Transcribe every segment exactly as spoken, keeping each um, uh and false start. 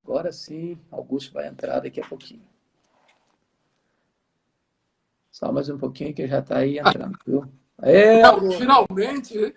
Agora sim, Augusto vai entrar daqui a pouquinho. Só mais um pouquinho que já está aí entrando, viu? É, finalmente!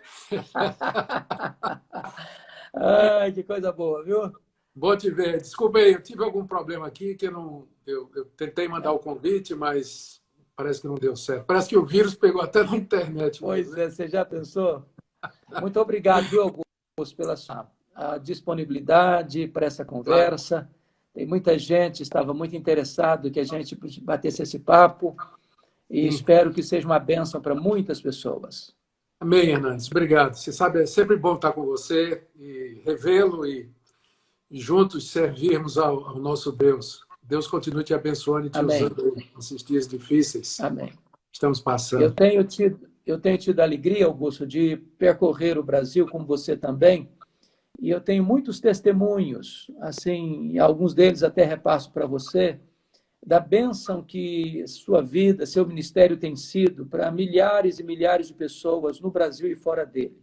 Ai, que coisa boa, viu? Bom te ver. Desculpa aí, eu tive algum problema aqui que eu não. Eu, eu tentei mandar o convite, mas parece que não deu certo. Parece que o vírus pegou até na internet mesmo, Pois né? é, você já pensou? Muito obrigado, viu, Augusto, pela sua a disponibilidade para essa Claro. conversa. Tem muita gente, estava muito interessado que a gente batesse esse papo e Sim. espero que seja uma bênção para muitas pessoas. Amém, Hernandes. Obrigado. Você sabe, é sempre bom estar com você e revê-lo e, e juntos servirmos ao, ao nosso Deus. Deus continue te abençoando e te Amém. usando nesses dias difíceis Amém. que estamos Eu passando. tenho tido, eu tenho tido a alegria, Augusto, de percorrer o Brasil, como você também, e eu tenho muitos testemunhos, assim, e alguns deles até repasso para você, da bênção que sua vida, seu ministério tem sido para milhares e milhares de pessoas no Brasil e fora dele.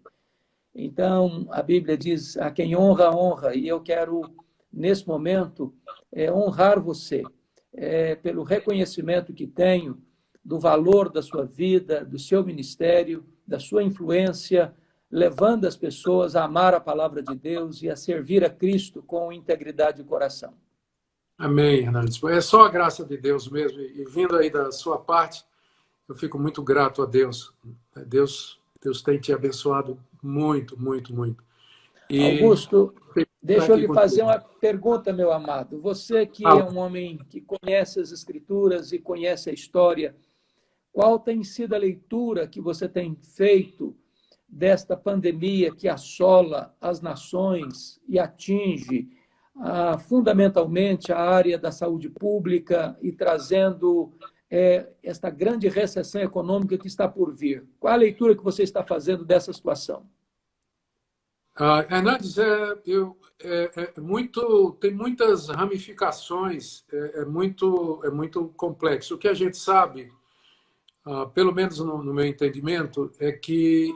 Então, a Bíblia diz: a quem honra, honra, e eu quero, nesse momento, é, honrar você é, pelo reconhecimento que tenho do valor da sua vida, do seu ministério, da sua influência, levando as pessoas a amar a palavra de Deus e a servir a Cristo com integridade de coração. Amém, Hernandes. É só a graça de Deus mesmo. E vindo aí da sua parte, eu fico muito grato a Deus. Deus, Deus tem te abençoado muito, muito, muito. E Augusto, estar deixa eu aqui lhe fazer contigo. uma pergunta, meu amado. Você que é Fala. um homem que conhece as Escrituras e conhece a história, qual tem sido a leitura que você tem feito desta pandemia que assola as nações e atinge ah, fundamentalmente a área da saúde pública e trazendo é, esta grande recessão econômica que está por vir? Qual a leitura que você está fazendo dessa situação? Ah, Hernandes, é, eu, é, é muito, tem muitas ramificações, é, é muito, é muito complexo. O que a gente sabe, ah, pelo menos no, no meu entendimento, é que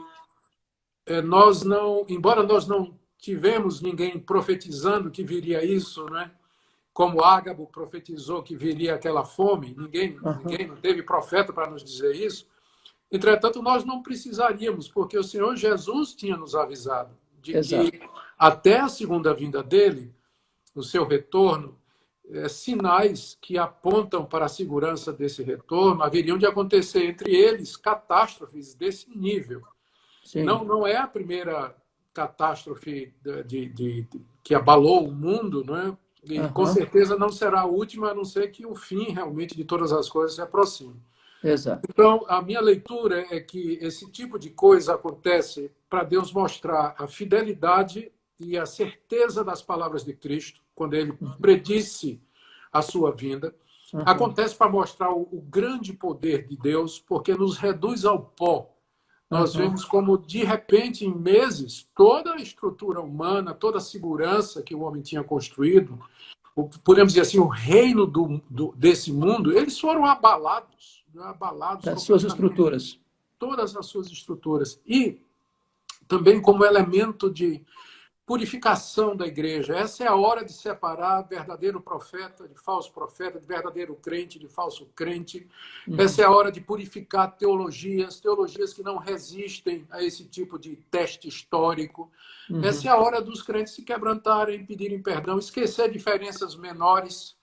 é, nós não, embora nós não tivemos ninguém profetizando que viria isso, né? Como Ágabo profetizou que viria aquela fome, ninguém, Uhum. ninguém não teve profeta para nos dizer isso. Entretanto, nós não precisaríamos, porque o Senhor Jesus tinha nos avisado de que Exato. até a segunda vinda dele, no seu retorno, é, sinais que apontam para a segurança desse retorno haveriam de acontecer, entre eles catástrofes desse nível. Sim. Não, não é a primeira catástrofe de, de, de, que abalou o mundo, não é? E Uhum. com certeza não será a última, a não ser que o fim realmente de todas as coisas se aproxime. Exato. Então, a minha leitura é que esse tipo de coisa acontece para Deus mostrar a fidelidade e a certeza das palavras de Cristo, quando ele predisse a sua vinda. Uhum. Acontece para mostrar o, o grande poder de Deus, porque nos reduz ao pó. Nós Uhum. vemos como, de repente, em meses, toda a estrutura humana, toda a segurança que o homem tinha construído, o, podemos dizer assim, o reino do, do, desse mundo, eles foram abalados, né? abalados Das suas completamente, estruturas. todas as suas estruturas. E também como elemento de purificação da igreja. Essa é a hora de separar verdadeiro profeta de falso profeta, de verdadeiro crente de falso crente. Uhum. Essa é a hora de purificar teologias, teologias que não resistem a esse tipo de teste histórico. Uhum. Essa é a hora dos crentes se quebrantarem, pedirem perdão, esquecer diferenças menores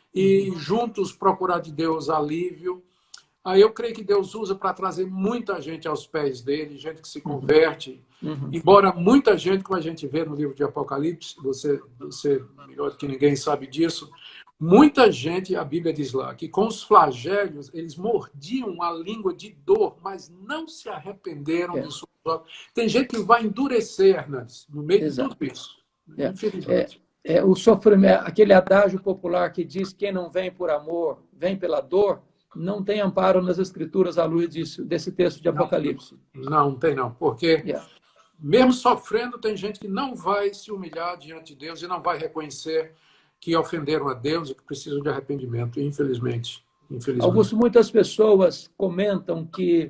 e Uhum. juntos procurar de Deus alívio. Aí eu creio que Deus usa para trazer muita gente aos pés dele, gente que se converte. Uhum. Embora muita gente, como a gente vê no livro de Apocalipse, você, você melhor do que ninguém sabe disso, muita gente, a Bíblia diz lá, que com os flagelos eles mordiam a língua de dor, mas não se arrependeram É. de suas obras. Tem gente que vai endurecer, Hernandes, no meio Exato. de tudo isso, É. infelizmente. É, é, o sofrimento, aquele adágio popular que diz quem não vem por amor, vem pela dor, não tem amparo nas Escrituras à luz disso, desse texto de Apocalipse. Não, não tem não, porque Yeah. mesmo sofrendo, tem gente que não vai se humilhar diante de Deus e não vai reconhecer que ofenderam a Deus e que precisam de arrependimento, infelizmente. infelizmente. Augusto, muitas pessoas comentam que,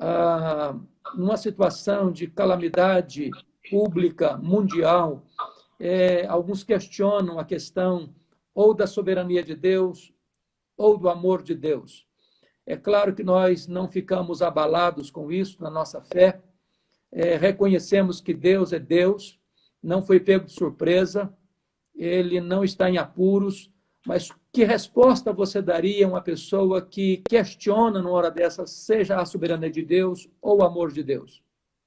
ah, numa situação de calamidade pública mundial, é, alguns questionam a questão ou da soberania de Deus ou do amor de Deus. É claro que nós não ficamos abalados com isso na nossa fé, é, reconhecemos que Deus é Deus, não foi pego de surpresa, ele não está em apuros, mas que resposta você daria a uma pessoa que questiona numa hora dessa, seja a soberania de Deus ou o amor de Deus?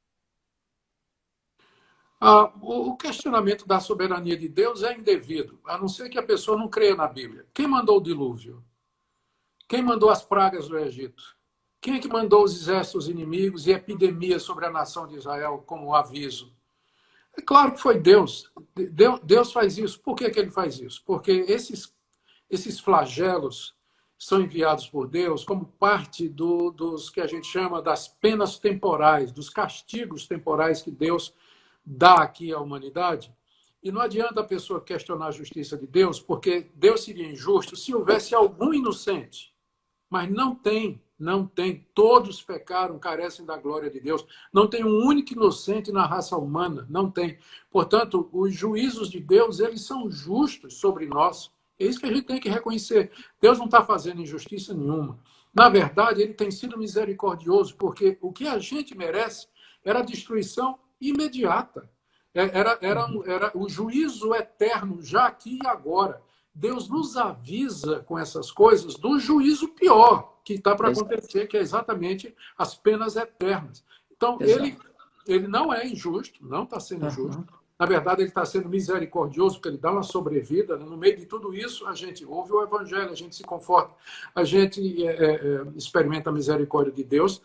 Ah, o questionamento da soberania de Deus é indevido, a não ser que a pessoa não creia na Bíblia. Quem mandou o dilúvio? Quem mandou as pragas do Egito? Quem é que mandou os exércitos inimigos e epidemias sobre a nação de Israel como aviso? É claro que foi Deus. Deus faz isso. Por que que ele faz isso? Porque esses, esses flagelos são enviados por Deus como parte do, dos que a gente chama das penas temporais, dos castigos temporais que Deus dá aqui à humanidade. E não adianta a pessoa questionar a justiça de Deus, porque Deus seria injusto se houvesse algum inocente. Mas não tem, não tem. Todos pecaram, carecem da glória de Deus. Não tem um único inocente na raça humana, não tem. Portanto, os juízos de Deus, eles são justos sobre nós. É isso que a gente tem que reconhecer. Deus não está fazendo injustiça nenhuma. Na verdade, ele tem sido misericordioso, porque o que a gente merece era a destruição imediata. Era, era, era o juízo eterno, já aqui e agora. Deus nos avisa com essas coisas do juízo pior que está para acontecer, que é exatamente as penas eternas. Então, ele, ele não é injusto, não está sendo injusto. Uhum. Na verdade, ele está sendo misericordioso, porque ele dá uma sobrevida. No meio de tudo isso, a gente ouve o Evangelho, a gente se conforta, a gente é, é, experimenta a misericórdia de Deus.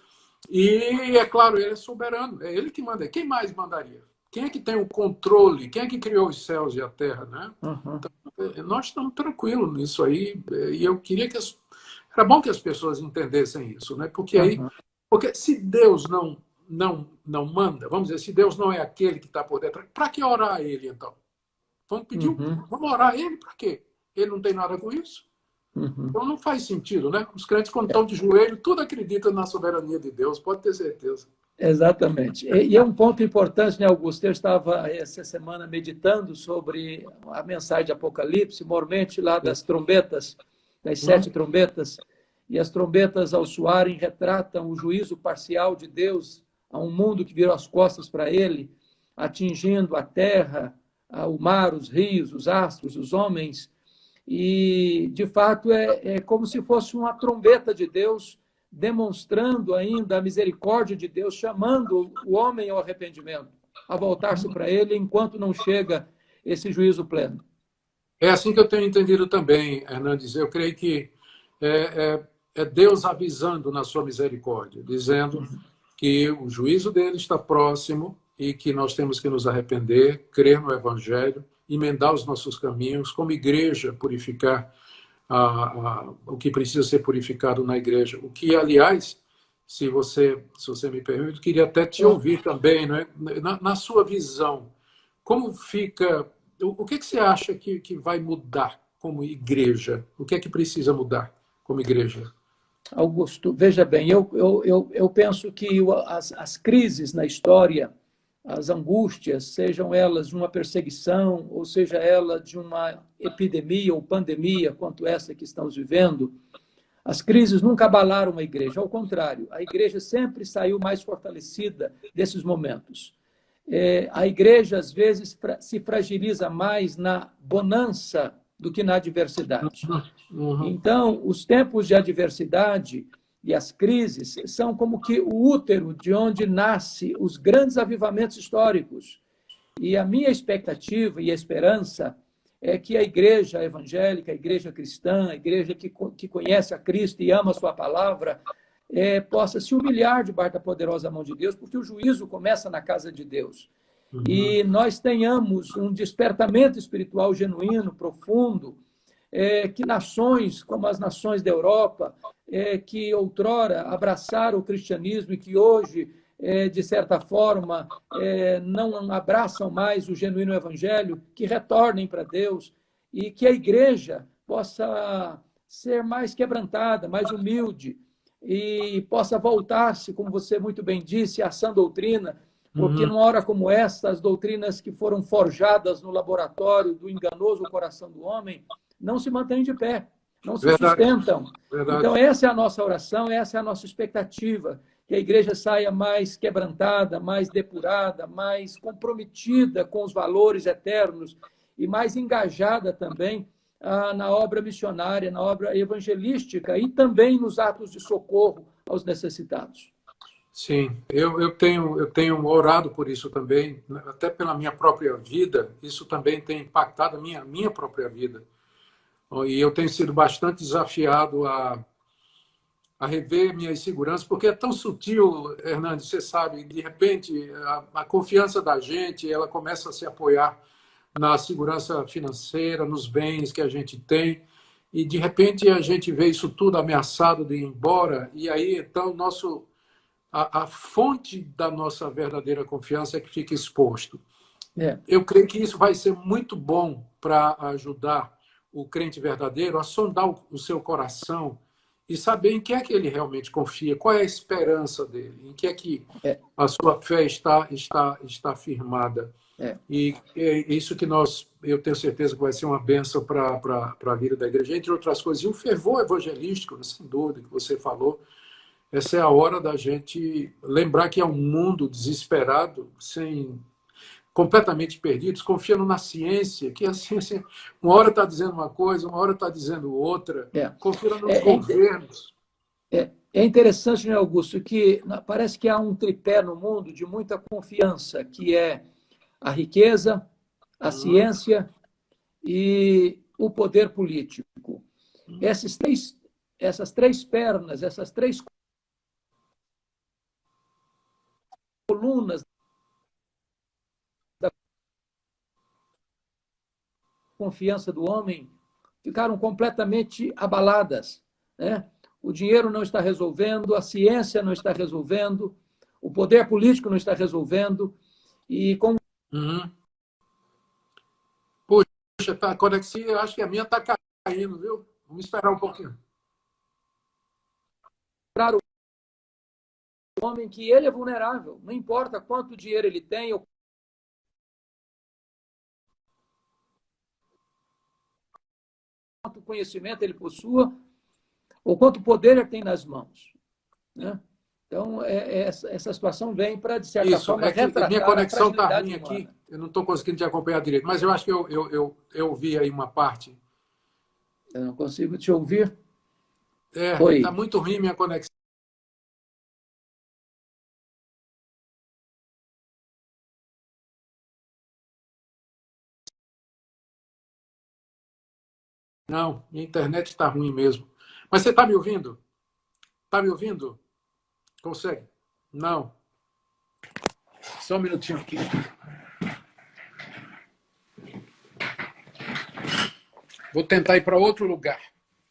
E, é claro, ele é soberano, é ele que manda. Quem mais mandaria? Quem é que tem o controle? Quem é que criou os céus e a terra, né? Uhum. Então, nós estamos tranquilos nisso aí. E eu queria que as... era bom que as pessoas entendessem isso, né? Porque aí, uhum. porque se Deus não não não manda, vamos dizer, se Deus não é aquele que está por detrás, para que orar a Ele então? Vamos pedir, uhum. vamos orar a Ele para quê? Ele não tem nada com isso. Uhum. Então não faz sentido, né? Os crentes quando estão de joelho, tudo acreditam na soberania de Deus, pode ter certeza. Exatamente. E é um ponto importante, né, Augusto? Eu estava essa semana meditando sobre a mensagem de Apocalipse, mormente lá das trombetas, das sete trombetas, e as trombetas, ao soarem, retratam o juízo parcial de Deus a um mundo que virou as costas para ele, atingindo a terra, o mar, os rios, os astros, os homens. E, de fato, é, é como se fosse uma trombeta de Deus demonstrando ainda a misericórdia de Deus, chamando o homem ao arrependimento, a voltar-se para ele enquanto não chega esse juízo pleno. É assim que eu tenho entendido também, Hernandes. Eu creio que é, é, é Deus avisando na sua misericórdia, dizendo que o juízo dele está próximo e que nós temos que nos arrepender, crer no Evangelho, emendar os nossos caminhos, como igreja, purificar A, a, o que precisa ser purificado na igreja. O que, aliás, se você, se você me permite, eu queria até te ouvir também, né? na, na sua visão, como fica, o, o que, que você acha que, que vai mudar como igreja? O que é que precisa mudar como igreja? Augusto, veja bem, eu, eu, eu, eu penso que as, as crises na história, as angústias, sejam elas de uma perseguição, ou seja ela de uma epidemia ou pandemia, quanto essa que estamos vivendo, as crises nunca abalaram a igreja. Ao contrário, a igreja sempre saiu mais fortalecida desses momentos. É, a igreja, às vezes, fra- se fragiliza mais na bonança do que na adversidade. Uhum. Então, os tempos de adversidade e as crises são como que o útero de onde nascem os grandes avivamentos históricos. E a minha expectativa e esperança é que a igreja evangélica, a igreja cristã, a igreja que, que conhece a Cristo e ama a sua palavra, é, possa se humilhar debaixo da poderosa mão de Deus, porque o juízo começa na casa de Deus. Uhum. E nós tenhamos um despertamento espiritual genuíno, profundo, é, que nações como as nações da Europa, é, que outrora abraçaram o cristianismo e que hoje, é, de certa forma, é, não abraçam mais o genuíno evangelho, que retornem para Deus e que a igreja possa ser mais quebrantada, mais humilde e possa voltar-se, como você muito bem disse, à sã doutrina, porque Uhum. numa hora como essa, as doutrinas que foram forjadas no laboratório do enganoso coração do homem não se mantêm de pé, não se Verdade, sustentam. Então, verdade. essa é a nossa oração, essa é a nossa expectativa, que a igreja saia mais quebrantada, mais depurada, mais comprometida com os valores eternos e mais engajada também ah, na obra missionária, na obra evangelística e também nos atos de socorro aos necessitados. Sim, eu, eu, tenho, eu tenho orado por isso também, até pela minha própria vida, isso também tem impactado a minha, minha própria vida. E eu tenho sido bastante desafiado a, a rever minhas seguranças, porque é tão sutil, Hernandes, você sabe, de repente a, a confiança da gente, ela começa a se apoiar na segurança financeira, nos bens que a gente tem, e de repente a gente vê isso tudo ameaçado de ir embora, e aí então nosso, a, a fonte da nossa verdadeira confiança é que fica exposto. É. Eu creio que isso vai ser muito bom para ajudar o crente verdadeiro a sondar o, o seu coração e saber em que é que ele realmente confia, qual é a esperança dele, em que é que É. a sua fé está, está, está firmada. É. E é isso que nós, eu tenho certeza que vai ser uma bênção para a vida da igreja, entre outras coisas. E o fervor evangelístico, sem dúvida, que você falou, essa é a hora da gente lembrar que é um mundo desesperado, sem, completamente perdidos, confiando na ciência, que a ciência uma hora está dizendo uma coisa, uma hora está dizendo outra, É. confiando nos É, governos. É, é interessante, né, Augusto, que parece que há um tripé no mundo de muita confiança, que é a riqueza, a ciência e o poder político. Essas três, essas três pernas, essas três colunas da confiança do homem ficaram completamente abaladas, né? O dinheiro não está resolvendo, a ciência não está resolvendo, o poder político não está resolvendo, e com Uhum. Puxa, tá, a conexão, eu acho que a minha está caindo, viu? Vamos esperar um pouquinho. o homem que ele é vulnerável, não importa quanto dinheiro ele tem ou quanto conhecimento ele possua, ou quanto poder ele tem nas mãos, né? Então, é, é, essa, essa situação vem para, de certa Isso, forma, é que minha retratar a conexão está fragilidade ruim humana. aqui, eu não estou conseguindo te acompanhar direito, mas eu acho que eu, eu, eu, eu vi aí uma parte. Eu não consigo te ouvir. É, está Oi. muito ruim minha conexão. Não, minha internet está ruim mesmo. Mas você está me ouvindo? Está me ouvindo? Consegue? Não. Só um minutinho aqui. Vou tentar ir para outro lugar.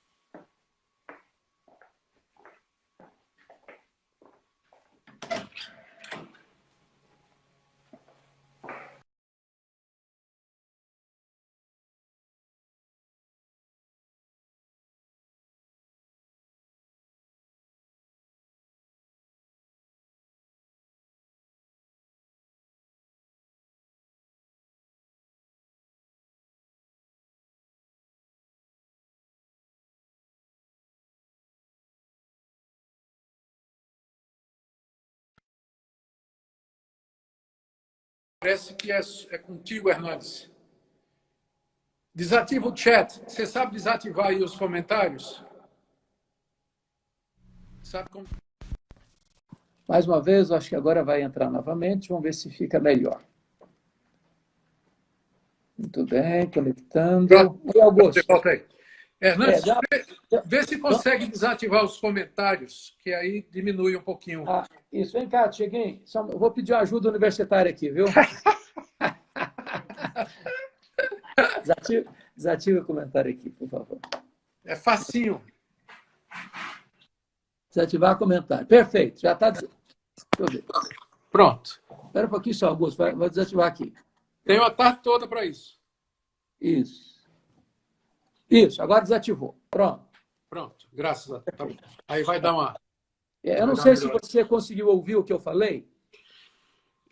Parece que é, é contigo, Hernandes. Desativa o chat. Você sabe desativar aí os comentários? Sabe como? Mais uma vez, acho que agora vai entrar novamente. Vamos ver se fica melhor. Muito bem, conectando. Pronto. Oi, Augusto. Volta aí. Hernandes, É, dá... vê, vê se consegue desativar os comentários, que aí diminui um pouquinho. Ah, isso, vem cá, cheguei. Só, eu vou pedir ajuda universitária aqui, viu? Desativa, desativa o comentário aqui, por favor. É facinho. Desativar comentário. Perfeito, já está. Deixa eu ver. Pronto. Espera um pouquinho só, Augusto. Vai, vou desativar aqui. Tem uma tarde toda para isso. Isso. Isso, agora desativou. Pronto. Pronto, graças a Deus. Tá. Aí vai dar uma. É, eu não sei se você conseguiu ouvir o que eu falei.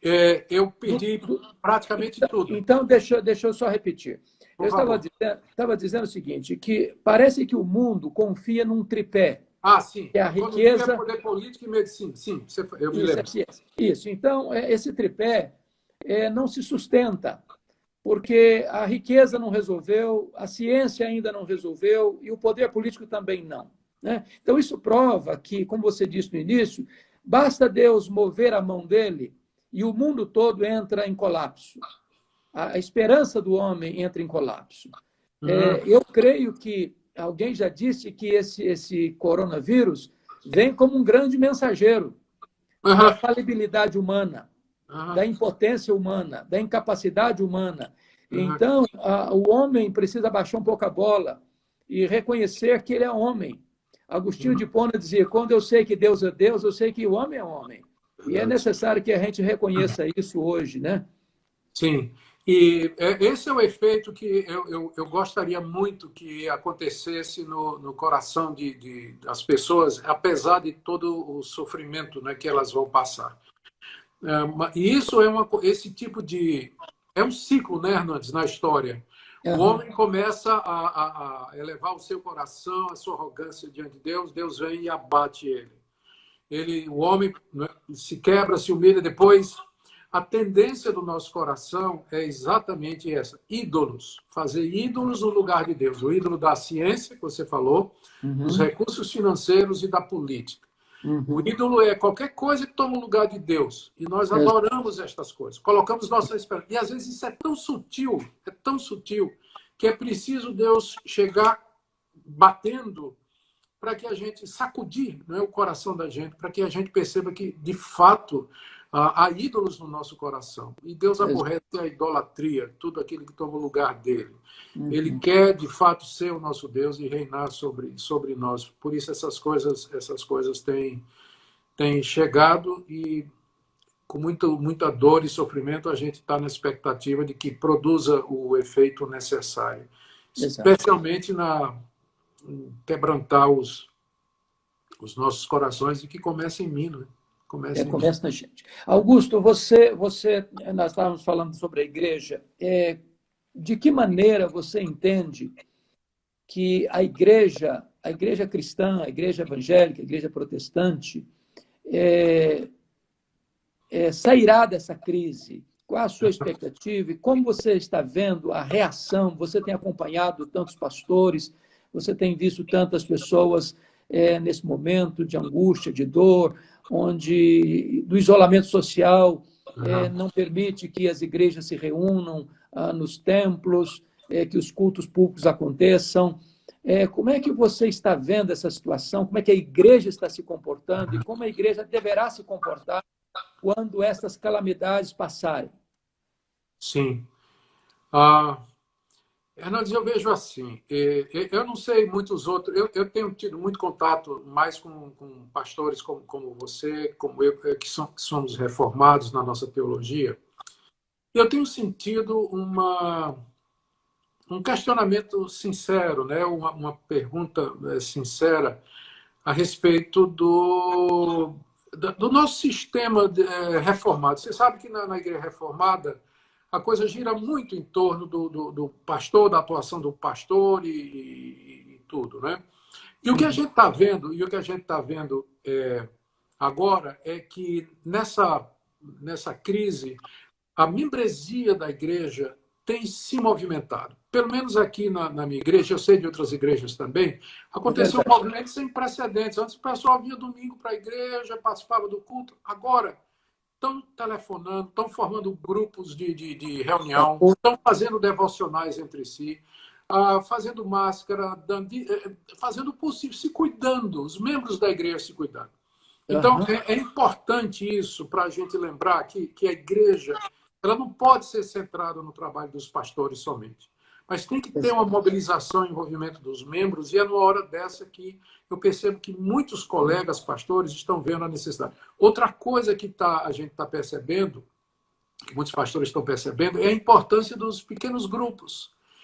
É, eu perdi praticamente Então, tudo. então deixa, deixa eu só repetir. Por Eu estava favor. dizendo, estava dizendo o seguinte, que parece que o mundo confia num tripé, Ah, sim. que é a Economia, riqueza poder político e medicina. Sim, você- eu me e lembro. ciência. Isso. Então, é, esse tripé é, não se sustenta, porque a riqueza não resolveu, a ciência ainda não resolveu e o poder político também não. Né? Então, isso prova que, como você disse no início, basta Deus mover a mão dele e o mundo todo entra em colapso. A esperança do homem entra em colapso. Uhum. É, eu creio que alguém já disse que esse, esse coronavírus vem como um grande mensageiro da Uhum. falibilidade humana, Uhum. da impotência humana, da incapacidade humana. Uhum. Então, a, o homem precisa baixar um pouco a bola e reconhecer que ele é homem. Agostinho de Uhum. Hipona dizia: quando eu sei que Deus é Deus, eu sei que o homem é homem. E é Verdade. necessário que a gente reconheça isso hoje, né? Sim. E é, esse é o efeito que eu, eu, eu gostaria muito que acontecesse no, no coração de, de, das pessoas, apesar de todo o sofrimento, né, que elas vão passar. É, ma- e isso é uma, co- esse tipo de. É um ciclo, né, Hernandes, na história. O Aham. homem começa a, a, a elevar o seu coração, a sua arrogância diante de Deus, Deus vem e abate ele. Ele, o homem, né, se quebra, se humilha, depois a tendência do nosso coração é exatamente essa: ídolos, fazer ídolos no lugar de Deus. O ídolo da ciência, que você falou, dos Uhum. recursos financeiros e da política. O Uhum. ídolo é qualquer coisa que toma o lugar de Deus. E nós adoramos estas coisas. Colocamos nossa esperança. E às vezes isso é tão sutil, é tão sutil, que é preciso Deus chegar batendo para que a gente sacudir, né, o coração da gente, para que a gente perceba que, de fato, há ídolos no nosso coração. E Deus aborrece a idolatria, tudo aquilo que toma o lugar dele. Ele Uhum. quer, de fato, ser o nosso Deus e reinar sobre, sobre nós. Por isso essas coisas, essas coisas têm, têm chegado e, com muito, muita dor e sofrimento, a gente está na expectativa de que produza o efeito necessário. Exato. Especialmente na em quebrantar os, os nossos corações e que começa em mim, né? É, Começa em mim. começa na gente. Augusto, você, você, nós estávamos falando sobre a igreja. É, de que maneira você entende que a igreja, a igreja cristã, a igreja evangélica, a igreja protestante, é, é, sairá dessa crise? Qual a sua expectativa e como você está vendo a reação? Você tem acompanhado tantos pastores, você tem visto tantas pessoas é, nesse momento de angústia, de dor, onde do isolamento social é, Uhum. não permite que as igrejas se reúnam ah, nos templos, é, que os cultos públicos aconteçam. É, como é que você está vendo essa situação? Como é que a igreja está se comportando e como a igreja deverá se comportar quando essas calamidades passarem? Sim. Ah, Hernandes, eu vejo assim, eh, eh, eu não sei muitos outros, eu, eu tenho tido muito contato mais com, com pastores como, como você, como eu, eh, que, são, que somos reformados na nossa teologia, e eu tenho sentido uma, um questionamento sincero, né? uma, uma pergunta eh, sincera a respeito do, do nosso sistema de, eh, reformado. Você sabe que na, na Igreja Reformada a coisa gira muito em torno do, do, do pastor, da atuação do pastor e, e, e tudo, né? E o que a Uhum. gente está vendo, e o que a gente está vendo é, agora é que nessa, nessa crise a membresia da igreja tem se movimentado. Pelo menos aqui na, na minha igreja, eu sei de outras igrejas também, É aconteceu um verdade. movimento sem precedentes. Antes o pessoal vinha domingo para a igreja, participava do culto. Agora estão telefonando, estão formando grupos de, de, de reunião, estão fazendo devocionais entre si, ah, fazendo máscara, dando, eh, fazendo o possível, se cuidando, os membros da igreja se cuidando. Então, Uhum. é, é importante isso para a gente lembrar que, que a igreja ela não pode ser centrada no trabalho dos pastores somente. Mas tem que ter uma mobilização e envolvimento dos membros, e é numa hora dessa que eu percebo que muitos colegas pastores estão vendo a necessidade. Outra coisa que tá, a gente está percebendo, que muitos pastores estão percebendo, é a importância dos pequenos grupos.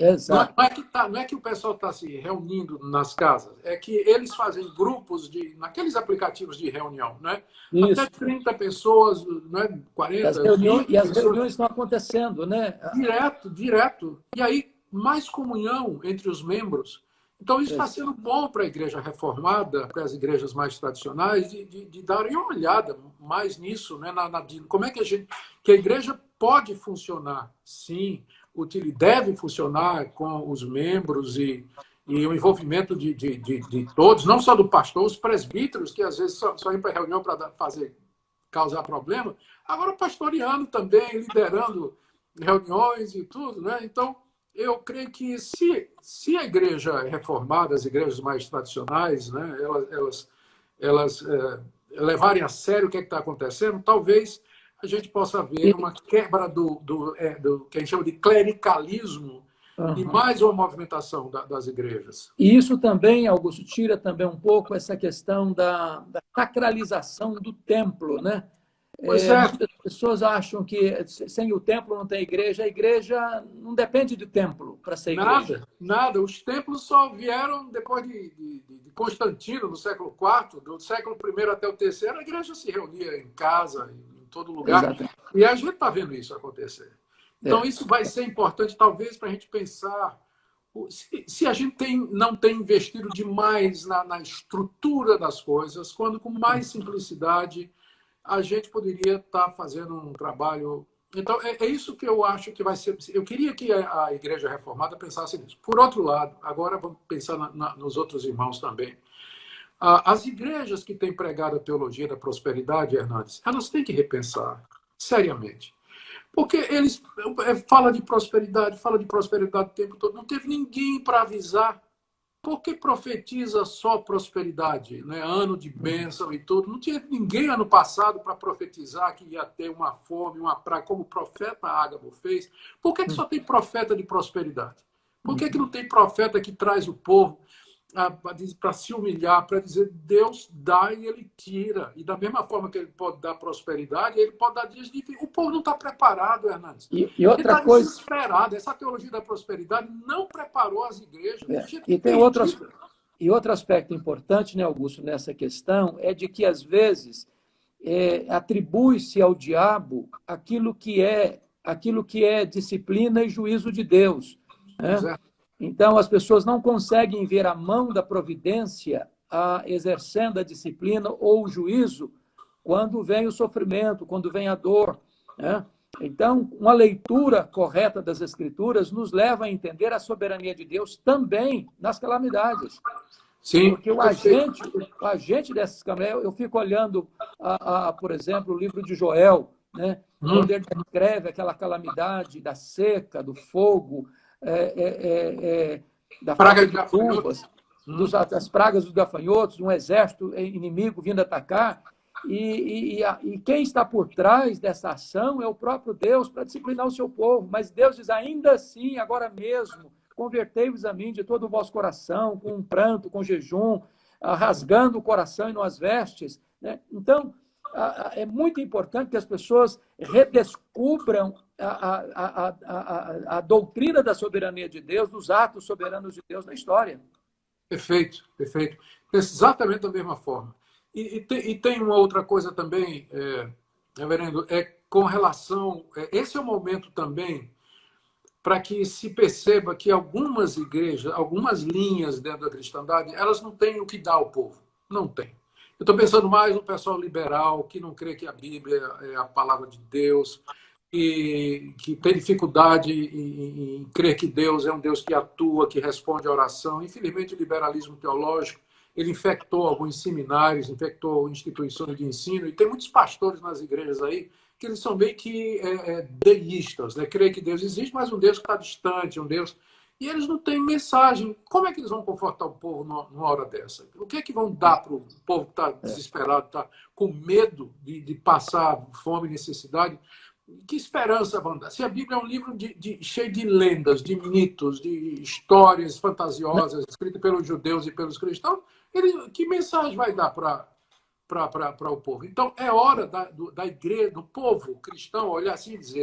Não é, Exato. não é que tá, não é que o pessoal está se reunindo nas casas, é que eles fazem grupos de, naqueles aplicativos de reunião, né? Até Isso. trinta pessoas, né? E as quarenta, reuniões, e vinte as pessoas, reuniões estão acontecendo, né? direto, direto. E aí, mais comunhão entre os membros. Então, isso está sendo bom para a igreja reformada, para as igrejas mais tradicionais, de, de, de darem uma olhada mais nisso, né? Na, na, como é que a gente, que a igreja pode funcionar, sim, útil, deve funcionar com os membros e, e o envolvimento de, de, de, de todos, não só do pastor, os presbíteros, que às vezes só, só iam para a reunião para fazer, causar problema, agora pastoreando também, liderando reuniões e tudo, né? Então, eu creio que se, se a igreja é reformada, as igrejas mais tradicionais, né, elas, elas, elas é, levarem a sério o que é está acontecendo, talvez a gente possa ver uma quebra do, do, é, do que a gente chama de clericalismo e Uhum. mais uma movimentação da, das igrejas. E isso também, Augusto, tira também um pouco essa questão da, da sacralização do templo, né? Pois É, é, muitas pessoas acham que sem o templo não tem igreja. A igreja não depende do templo para ser igreja. nada, nada. Os templos só vieram depois de, de, de Constantino, no século quarto, do século primeiro até o terceiro, a igreja se reunia em casa, em todo lugar, Exatamente. e a gente está vendo isso acontecer. Então, É. isso vai ser importante, talvez, para a gente pensar se, se a gente tem, não tem investido demais na, na estrutura das coisas, quando com mais simplicidade a gente poderia estar fazendo um trabalho. Então, é, é isso que eu acho que vai ser. Eu queria que a, a Igreja Reformada pensasse nisso. Por outro lado, agora vamos pensar na, na, nos outros irmãos também. Ah, as igrejas que têm pregado a teologia da prosperidade, Hernandes, elas têm que repensar seriamente. Porque eles fala de prosperidade, fala de prosperidade o tempo todo. Não teve ninguém para avisar. Por que profetiza só prosperidade, né? Ano de bênção e tudo? Não tinha ninguém ano passado para profetizar que ia ter uma fome, uma praga, como o profeta Ágabo fez. Por que, que só tem profeta de prosperidade? Por que, que não tem profeta que traz o povo para se humilhar, para dizer Deus dá e ele tira? E da mesma forma que ele pode dar prosperidade, ele pode dar dias de... O povo não está preparado, Hernandes. E, e Ele outra está coisa. desesperado. Essa teologia da prosperidade não preparou as igrejas. É, Tem gente e tem outro, perdida. e outro aspecto importante, né, Augusto, nessa questão, é de que, às vezes, é, atribui-se ao diabo aquilo que é aquilo que é disciplina e juízo de Deus, Pois né? é. Então, as pessoas não conseguem ver a mão da providência a, exercendo a disciplina ou o juízo quando vem o sofrimento, quando vem a dor, né? Então, uma leitura correta das Escrituras nos leva a entender a soberania de Deus também nas calamidades. Sim, Porque o perfeito. agente, o agente dessas calamidades, eu fico olhando, a, a, por exemplo, o livro de Joel, né? Hum. Quando ele descreve aquela calamidade da seca, do fogo, é, é, é, é, da Praga falta de de gafanhotos. chuvas, Hum. dos, das pragas dos gafanhotos, um exército inimigo vindo atacar. E, e, e quem está por trás dessa ação é o próprio Deus para disciplinar o seu povo. Mas Deus diz, ainda assim, agora mesmo, convertei-vos a mim de todo o vosso coração, com um pranto, com jejum, rasgando o coração e não as vestes. Né? Então, é muito importante que as pessoas redescubram a, a, a, a, a doutrina da soberania de Deus, dos atos soberanos de Deus na história. Perfeito, perfeito. Exatamente da mesma forma. E, e, tem, e tem uma outra coisa também, é, reverendo, é com relação... É, esse é o momento também para que se perceba que algumas igrejas, algumas linhas dentro da cristandade, elas não têm o que dar ao povo. Não tem. Eu estou pensando mais no pessoal liberal, que não crê que a Bíblia é a palavra de Deus, e que tem dificuldade em, em crer que Deus é um Deus que atua, que responde à oração. Infelizmente, o liberalismo teológico ele infectou alguns seminários, infectou instituições de ensino, e tem muitos pastores nas igrejas aí que eles são meio que é, é, deístas, né? Creem que Deus existe, mas um Deus que está distante, um Deus... E eles não têm mensagem. Como é que eles vão confortar o povo numa hora dessa? O que é que vão dar para o povo que está desesperado, está com medo de, de passar fome e necessidade? Que esperança vão dar? Se a Bíblia é um livro de, de, cheio de lendas, de mitos, de histórias fantasiosas, escrito pelos judeus e pelos cristãos, ele, que mensagem vai dar para para o povo? Então, é hora da, do, da igreja, do povo cristão, olhar assim e dizer: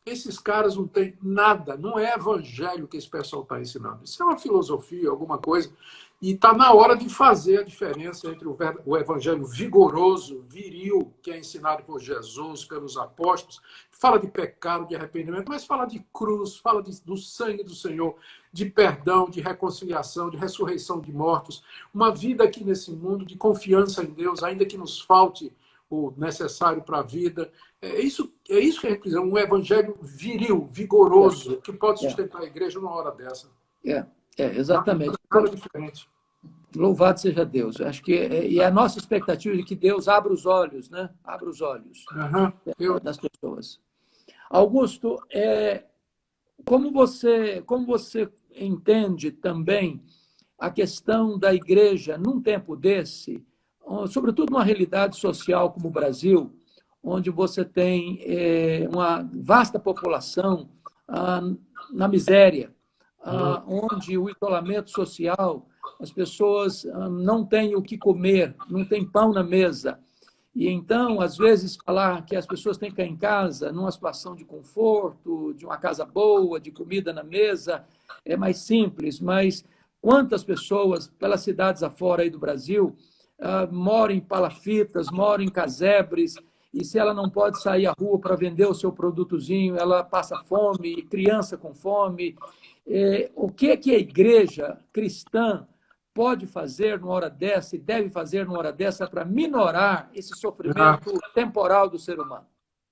esses caras não têm nada, não é evangelho que esse pessoal está ensinando. Isso é uma filosofia, alguma coisa, e está na hora de fazer a diferença entre o evangelho vigoroso, viril, que é ensinado por Jesus, pelos apóstolos, fala de pecado, de arrependimento, mas fala de cruz, fala de, do sangue do Senhor, de perdão, de reconciliação, de ressurreição de mortos, uma vida aqui nesse mundo de confiança em Deus, ainda que nos falte o necessário para a vida. É isso, é isso que a gente precisa, um evangelho viril, vigoroso, que pode sustentar a igreja numa hora dessa. É, é exatamente. Nada diferente. Louvado seja Deus. Acho que é, e a nossa expectativa é que Deus abra os olhos, né? Abra os olhos uhum. Eu... das pessoas. Augusto, é, como você, como você entende também a questão da igreja num tempo desse, sobretudo numa realidade social como o Brasil, onde você tem é, uma vasta população ah, na miséria, ah, onde o isolamento social, as pessoas ah, não têm o que comer, não tem pão na mesa. E então, às vezes, falar que as pessoas têm que ficar em casa, numa situação de conforto, de uma casa boa, de comida na mesa, é mais simples, mas quantas pessoas, pelas cidades afora aí do Brasil, Uh, mora em palafitas, mora em casebres, e se ela não pode sair à rua para vender o seu produtozinho, ela passa fome, criança com fome. É, o que é que a igreja cristã pode fazer numa hora dessa e deve fazer numa hora dessa para minorar esse sofrimento ah. temporal do ser humano?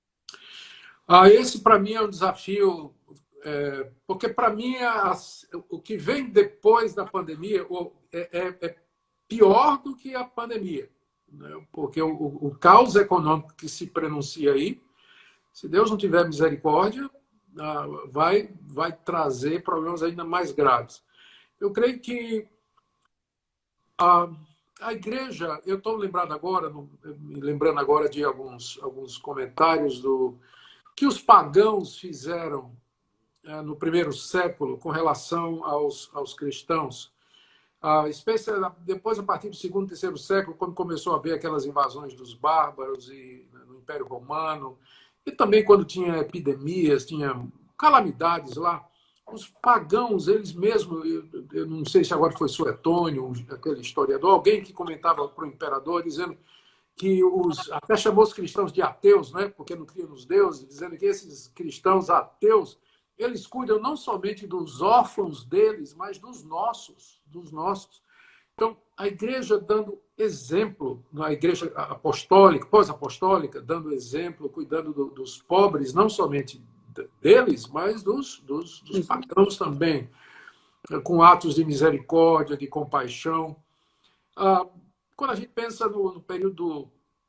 Ah, esse, para mim, é um desafio, é, porque, para mim, as, o que vem depois da pandemia é, é, é pior do que a pandemia, né? Porque o, o, o caos econômico que se pronuncia aí, se Deus não tiver misericórdia, vai, vai trazer problemas ainda mais graves. Eu creio que a, a igreja, eu estou lembrando agora, me lembrando agora de alguns, alguns comentários do que os pagãos fizeram é, no primeiro século com relação aos, aos cristãos. A espécie, depois, a partir do segundo e terceiro século, quando começou a haver aquelas invasões dos bárbaros e, no Império Romano, e também quando tinha epidemias, tinha calamidades lá, os pagãos, eles mesmos, eu, eu não sei se agora foi Suetônio, aquele historiador, alguém que comentava para o imperador, dizendo que os, até chamou os cristãos de ateus, né, porque não criam nos deuses, dizendo que esses cristãos ateus, eles cuidam não somente dos órfãos deles, mas dos nossos, dos nossos. Então, a igreja dando exemplo, a igreja apostólica, pós-apostólica, dando exemplo, cuidando do, dos pobres, não somente deles, mas dos, dos, dos pagãos também, com atos de misericórdia, de compaixão. Ah, quando a gente pensa no, no período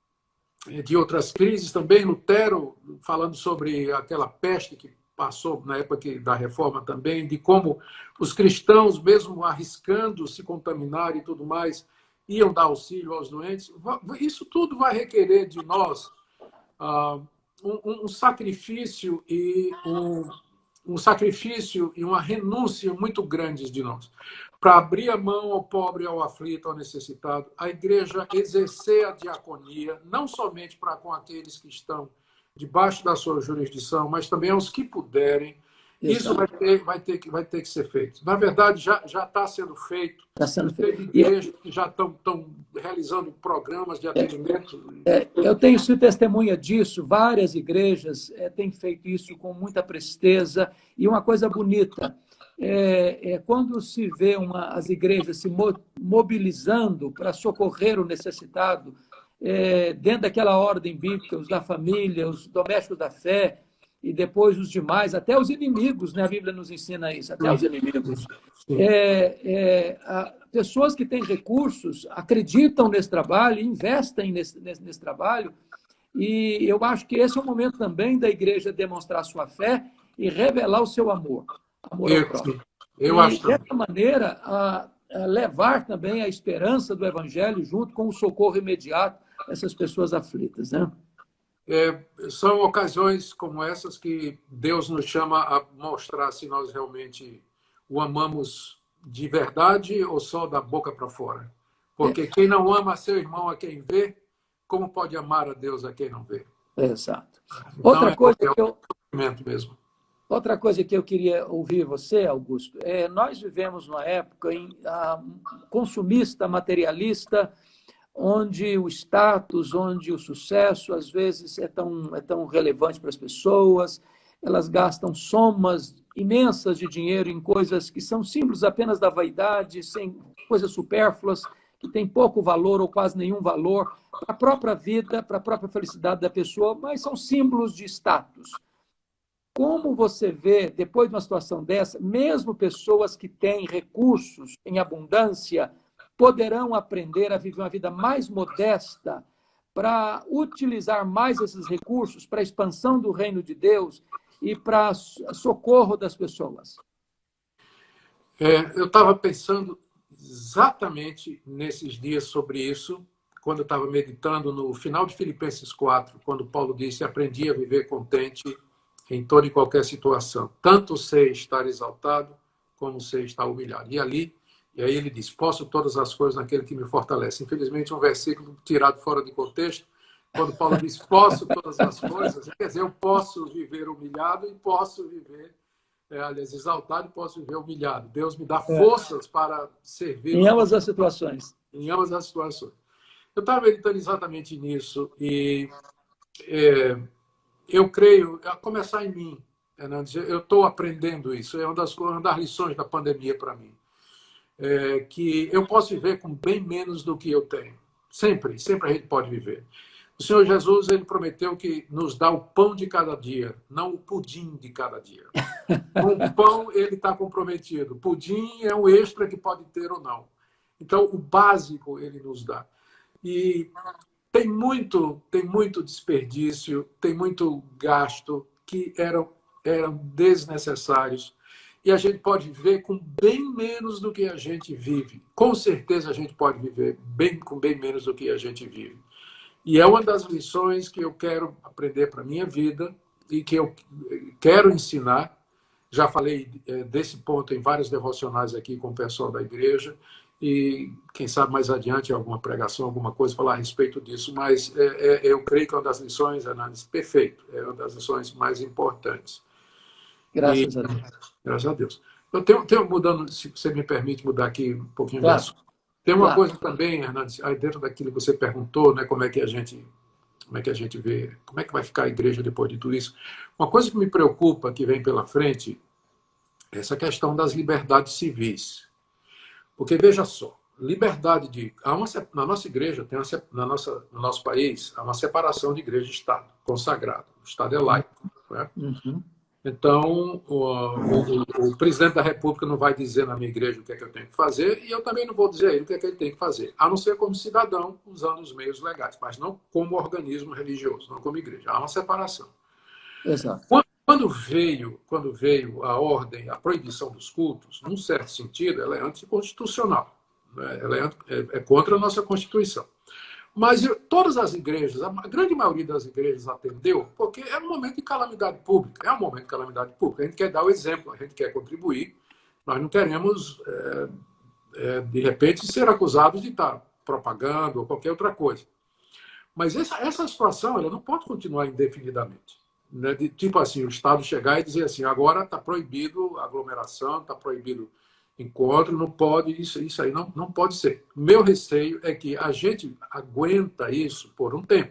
de outras crises também, Lutero, falando sobre aquela peste que passou na época da Reforma também, de como os cristãos, mesmo arriscando se contaminar e tudo mais, iam dar auxílio aos doentes. Isso tudo vai requerer de nós uh, um, um sacrifício e um, um sacrifício e uma renúncia muito grandes de nós, para abrir a mão ao pobre, ao aflito, ao necessitado, a igreja exercer a diaconia, não somente para com aqueles que estão debaixo da sua jurisdição, mas também aos que puderem. Exato. Isso vai ter, vai, ter que, vai ter que ser feito. Na verdade, já está sendo feito. Está sendo feito. Tem igrejas que já estão realizando programas de atendimento. É, é, eu tenho sido testemunha disso. Várias igrejas é, têm feito isso com muita presteza. E uma coisa bonita, é, é quando se vê uma, as igrejas se mo mobilizando para socorrer o necessitado, É, dentro daquela ordem bíblica, os da família, os domésticos da fé, e depois os demais, até os inimigos, né? A Bíblia nos ensina isso, até os inimigos. É, é, a, pessoas que têm recursos acreditam nesse trabalho, investem nesse, nesse, nesse trabalho, e eu acho que esse é o momento também da igreja demonstrar sua fé e revelar o seu amor, amor ao próximo. Eu e, acho dessa maneira, a, a levar também a esperança do Evangelho junto com o socorro imediato a essas pessoas aflitas, né? É, são ocasiões como essas que Deus nos chama a mostrar se nós realmente o amamos de verdade ou só da boca para fora. Porque é. Quem não ama seu irmão a quem vê, como pode amar a Deus a quem não vê? Exato. Outra então, coisa é... que eu, mesmo. Outra coisa que eu queria ouvir você, Augusto, é nós vivemos numa época em, a, consumista, materialista, onde o status, onde o sucesso, às vezes, é tão, é tão relevante para as pessoas, elas gastam somas imensas de dinheiro em coisas que são símbolos apenas da vaidade, sem coisas supérfluas, que têm pouco valor ou quase nenhum valor para a própria vida, para a própria felicidade da pessoa, mas são símbolos de status. Como você vê, depois de uma situação dessa, mesmo pessoas que têm recursos em abundância poderão aprender a viver uma vida mais modesta para utilizar mais esses recursos para a expansão do reino de Deus e para socorro das pessoas? É, eu estava pensando exatamente nesses dias sobre isso, quando eu estava meditando no final de Filipenses quatro, quando Paulo disse: aprendi a viver contente em toda e qualquer situação. Tanto sei estar exaltado, como sei estar humilhado. E ali, e aí ele diz: posso todas as coisas naquele que me fortalece. Infelizmente, um versículo tirado fora de contexto, quando Paulo diz: posso todas as coisas, quer dizer, eu posso viver humilhado e posso viver, é, aliás, exaltado e posso viver humilhado. Deus me dá forças é. para servir. Em ambas as situações. Em ambas as situações. Eu estava meditando exatamente nisso e... É, eu creio, a começar em mim, Hernandes, eu estou aprendendo isso, é uma das, uma das lições da pandemia para mim, é que eu posso viver com bem menos do que eu tenho. Sempre, sempre a gente pode viver. O Senhor Jesus, ele prometeu que nos dá o pão de cada dia, não o pudim de cada dia. Com o pão, ele está comprometido. Pudim é um extra que pode ter ou não. Então, o básico ele nos dá. E... Tem muito, tem muito desperdício, tem muito gasto que eram, eram desnecessários. E a gente pode viver com bem menos do que a gente vive. Com certeza a gente pode viver bem, com bem menos do que a gente vive. E é uma das lições que eu quero aprender para a minha vida e que eu quero ensinar. Já falei desse ponto em vários devocionais aqui com o pessoal da igreja. E quem sabe mais adiante alguma pregação, alguma coisa, falar a respeito disso, mas é, é, eu creio que é uma das lições, análise perfeito, é uma das lições mais importantes. Graças e, a Deus. Graças a Deus. Eu tenho, tenho mudando, se você me permite mudar aqui um pouquinho claro. de assunto. Tem uma claro. coisa também, Hernandes, aí dentro daquilo que você perguntou, né, como é que a gente, como é que a gente vê, como é que vai ficar a igreja depois de tudo isso. Uma coisa que me preocupa, que vem pela frente, é essa questão das liberdades civis. Porque, veja só, liberdade de... Há uma, na nossa igreja, tem uma, na nossa, no nosso país, há uma separação de igreja e Estado, consagrado. O Estado é laico. Né? Uhum. Então, o, o, o presidente da República não vai dizer na minha igreja o que é que eu tenho que fazer, e eu também não vou dizer a ele o que é que ele tem que fazer, a não ser como cidadão, usando os meios legais, mas não como organismo religioso, não como igreja. Há uma separação. Exato. Quando Quando veio, quando veio a ordem, a proibição dos cultos, num certo sentido, ela é anticonstitucional. Né? Ela é, é, é contra a nossa Constituição. Mas eu, todas as igrejas, a grande maioria das igrejas atendeu, porque é um momento de calamidade pública. É um momento de calamidade pública. A gente quer dar o exemplo, a gente quer contribuir. Nós não queremos, é, é, de repente, ser acusados de estar propagando ou qualquer outra coisa. Mas essa, essa situação ela não pode continuar indefinidamente. Né, de, tipo assim, o Estado chegar e dizer assim, agora está proibido aglomeração, está proibido encontro, não pode, isso, isso aí não, não pode ser. Meu receio é que a gente aguenta isso por um tempo.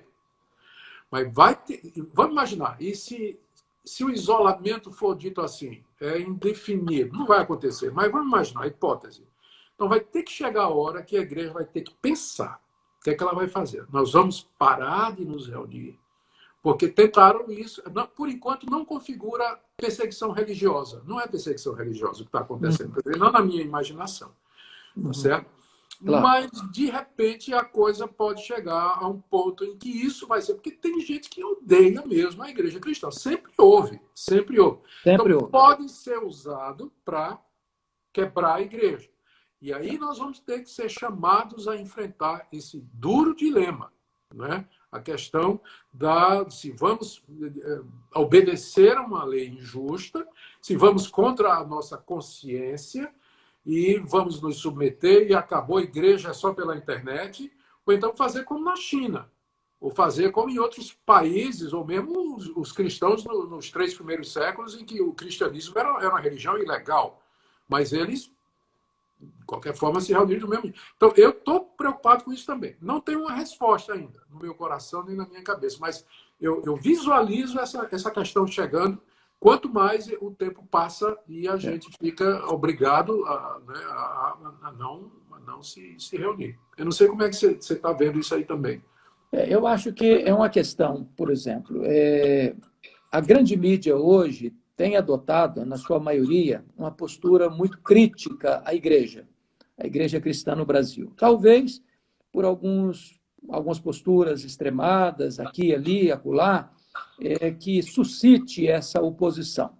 Mas vai ter, vamos imaginar, e se, se o isolamento for dito assim, é indefinido, não vai acontecer, mas vamos imaginar a hipótese. Então vai ter que chegar a hora que a igreja vai ter que pensar o que é que ela vai fazer. Nós vamos parar de nos reunir, porque tentaram isso. Não, por enquanto, não configura perseguição religiosa. Não é perseguição religiosa o que está acontecendo. Uhum. Não na minha imaginação. Tá certo? Claro. Mas, de repente, a coisa pode chegar a um ponto em que isso vai ser... Porque tem gente que odeia mesmo a igreja cristã. Sempre houve. Sempre houve. Sempre então, houve. Pode ser usado para quebrar a igreja. E aí nós vamos ter que ser chamados a enfrentar esse duro dilema, né? A questão da se vamos obedecer a uma lei injusta, se vamos contra a nossa consciência e vamos nos submeter e acabou a igreja só pela internet, ou então fazer como na China, ou fazer como em outros países, ou mesmo os, os cristãos no, nos três primeiros séculos, em que o cristianismo era, era uma religião ilegal. Mas eles, de qualquer forma, se reuniram do mesmo jeito. Então, eu estou preocupado com isso também. Não tenho uma resposta ainda no meu coração nem na minha cabeça, mas eu, eu visualizo essa, essa questão chegando. Quanto mais o tempo passa e a gente fica obrigado a, né, a, a não, a não se, se reunir. Eu não sei como é que você está vendo isso aí também. É, eu acho que é uma questão, por exemplo, é, a grande mídia hoje tem adotado, na sua maioria, uma postura muito crítica à igreja, à igreja cristã no Brasil. Talvez por alguns, algumas posturas extremadas, aqui, ali, acolá, é, que suscite essa oposição.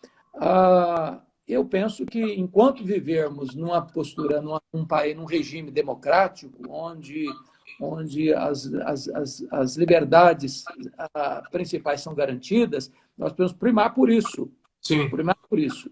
Ah, eu penso que, enquanto vivermos numa postura, numa, num país, num regime democrático, onde, onde as, as, as, as liberdades ah, principais são garantidas, nós podemos primar por isso. Sim. Primar por isso.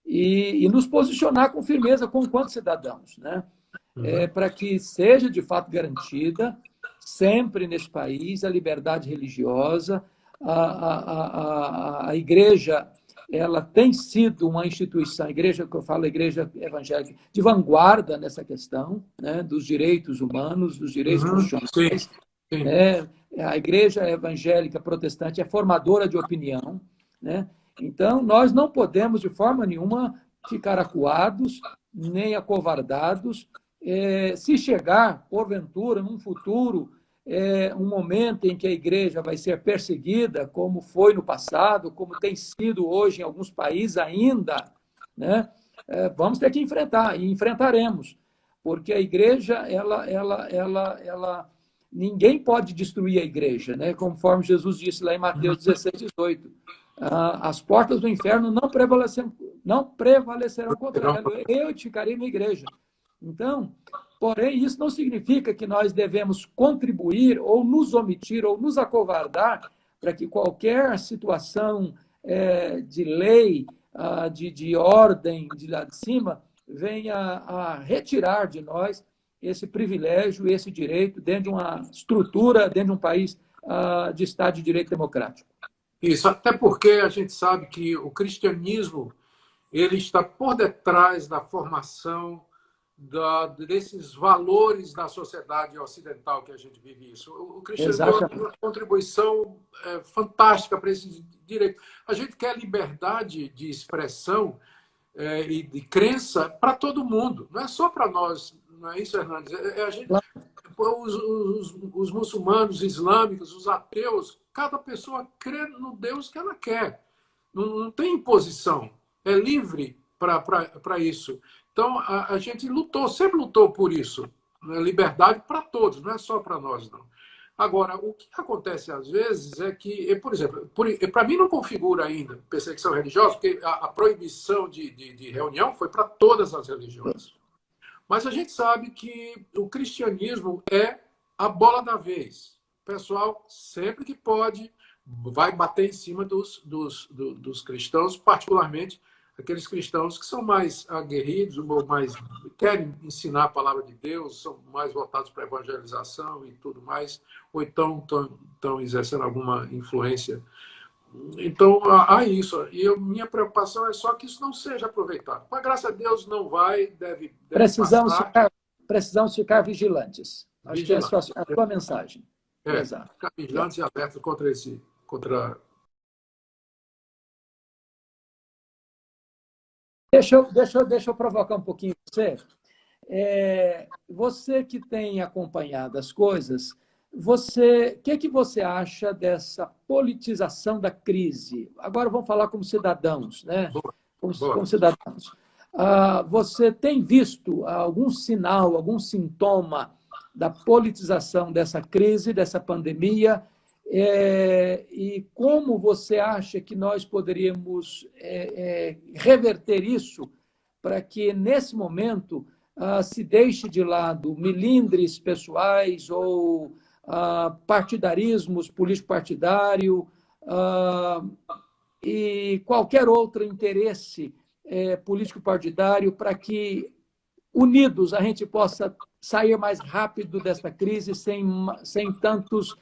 E, e nos posicionar com firmeza como enquanto cidadãos, né? Uhum. É, para que seja, de fato, garantida, sempre nesse país, a liberdade religiosa. A, a, a, a igreja, ela tem sido uma instituição, a igreja que eu falo, a igreja evangélica, de vanguarda nessa questão, né, dos direitos humanos, dos direitos uhum, constitucionais. sim, sim. Né? A igreja evangélica protestante é formadora de opinião, né? Então, nós não podemos, de forma nenhuma, ficar acuados, nem acovardados. É, se chegar, porventura, num futuro, é, um momento em que a igreja vai ser perseguida, como foi no passado, como tem sido hoje em alguns países ainda, né? É, vamos ter que enfrentar, e enfrentaremos, porque a igreja, ela, ela, ela, ela, ninguém pode destruir a igreja, né? Conforme Jesus disse lá em Mateus dezesseis, dezoito. As portas do inferno não prevalecerão, não prevalecerão contra ela. Eu edificarei minha igreja. Então, porém, isso não significa que nós devemos contribuir ou nos omitir ou nos acovardar para que qualquer situação é, de lei, de, de ordem de lá de cima, venha a retirar de nós esse privilégio, esse direito dentro de uma estrutura, dentro de um país de Estado de Direito Democrático. Isso, até porque a gente sabe que o cristianismo ele está por detrás da formação da, desses valores da sociedade ocidental que a gente vive isso. O cristianismo tem uma contribuição é, fantástica para esse direito. A gente quer liberdade de expressão é, e de crença para todo mundo, não é só para nós, não é isso, Hernandes? É, é a gente, os, os, os muçulmanos, islâmicos, os ateus, cada pessoa crê no Deus que ela quer. Não, não tem imposição. É livre para isso. Então, a, a gente lutou, sempre lutou por isso. Né? Liberdade para todos, não é só para nós, não. Agora, o que acontece às vezes é que, por exemplo, para mim não configura ainda perseguição religiosa, porque a, a proibição de, de, de reunião foi para todas as religiões. Mas a gente sabe que o cristianismo é a bola da vez. O pessoal, sempre que pode, vai bater em cima dos, dos, dos, dos cristãos, particularmente aqueles cristãos que são mais aguerridos, ou mais querem ensinar a palavra de Deus, são mais voltados para a evangelização e tudo mais, ou então estão exercendo alguma influência. Então, há isso. E eu, minha preocupação é só que isso não seja aproveitado. Com a graça de Deus, não vai, deve, deve precisamos passar. Ficar, precisamos ficar vigilantes. Acho Vigilante. que é a sua, a sua mensagem. É, Exato. Ficar vigilantes é. e abertos contra esse... Contra... Deixa eu, deixa, eu, deixa eu provocar um pouquinho você. É, você que tem acompanhado as coisas, você, o que, que você acha dessa politização da crise? Agora vamos falar como cidadãos, né? Boa, como, boa. como cidadãos. Ah, você tem visto algum sinal, algum sintoma da politização dessa crise, dessa pandemia? É, e como você acha que nós poderíamos é, é, reverter isso para que, nesse momento, ah, se deixe de lado milindres pessoais ou ah, partidarismos, político-partidário ah, e qualquer outro interesse é, político-partidário para que, unidos, a gente possa sair mais rápido desta crise sem, sem tantos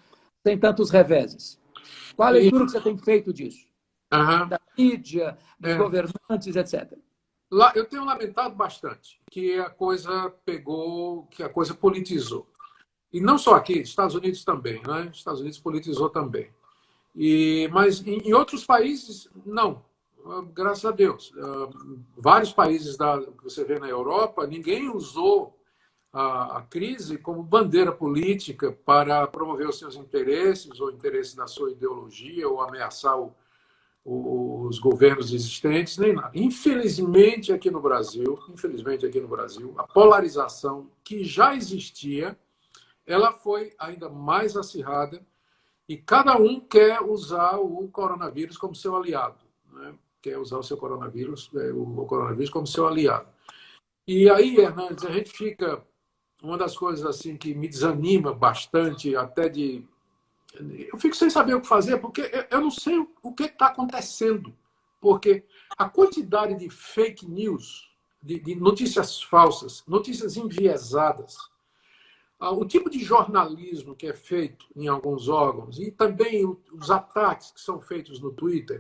sem tantos reveses. Qual a leitura que você tem feito disso? Uhum. Da mídia, dos é. governantes, etcétera. Lá, eu tenho lamentado bastante que a coisa pegou, que a coisa politizou. E não só aqui, Estados Unidos também, né? Estados Unidos politizou também. E, mas em, em outros países, não. Graças a Deus. Uh, vários países da, que você vê na Europa, ninguém usou a, a crise como bandeira política para promover os seus interesses ou interesses da sua ideologia ou ameaçar o, o, os governos existentes, nem nada. Infelizmente, aqui no Brasil, infelizmente aqui no Brasil, a polarização que já existia, ela foi ainda mais acirrada e cada um quer usar o coronavírus como seu aliado, né? Quer usar o seu coronavírus, o coronavírus como seu aliado. E aí, Hernandes, a gente fica... Uma das coisas assim que me desanima bastante, até de... Eu fico sem saber o que fazer, porque eu não sei o que está acontecendo. Porque a quantidade de fake news, de, de notícias falsas, notícias enviesadas, o tipo de jornalismo que é feito em alguns órgãos e também os ataques que são feitos no Twitter,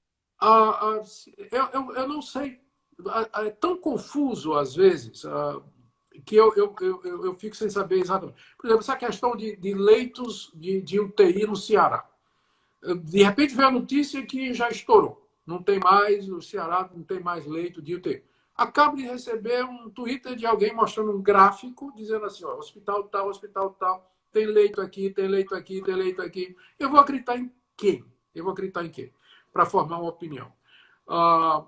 eu, eu, eu não sei, é tão confuso às vezes que eu, eu, eu, eu fico sem saber exatamente. Por exemplo, essa questão de, de leitos de, de U T I no Ceará. De repente veio a notícia que já estourou. Não tem mais, o Ceará não tem mais leito de U T I. Acabo de receber um Twitter de alguém mostrando um gráfico dizendo assim, ó, hospital tal, hospital tal, tem leito aqui, tem leito aqui, tem leito aqui. Eu vou acreditar em quem? Eu vou acreditar em quem? Para formar uma opinião. Ah,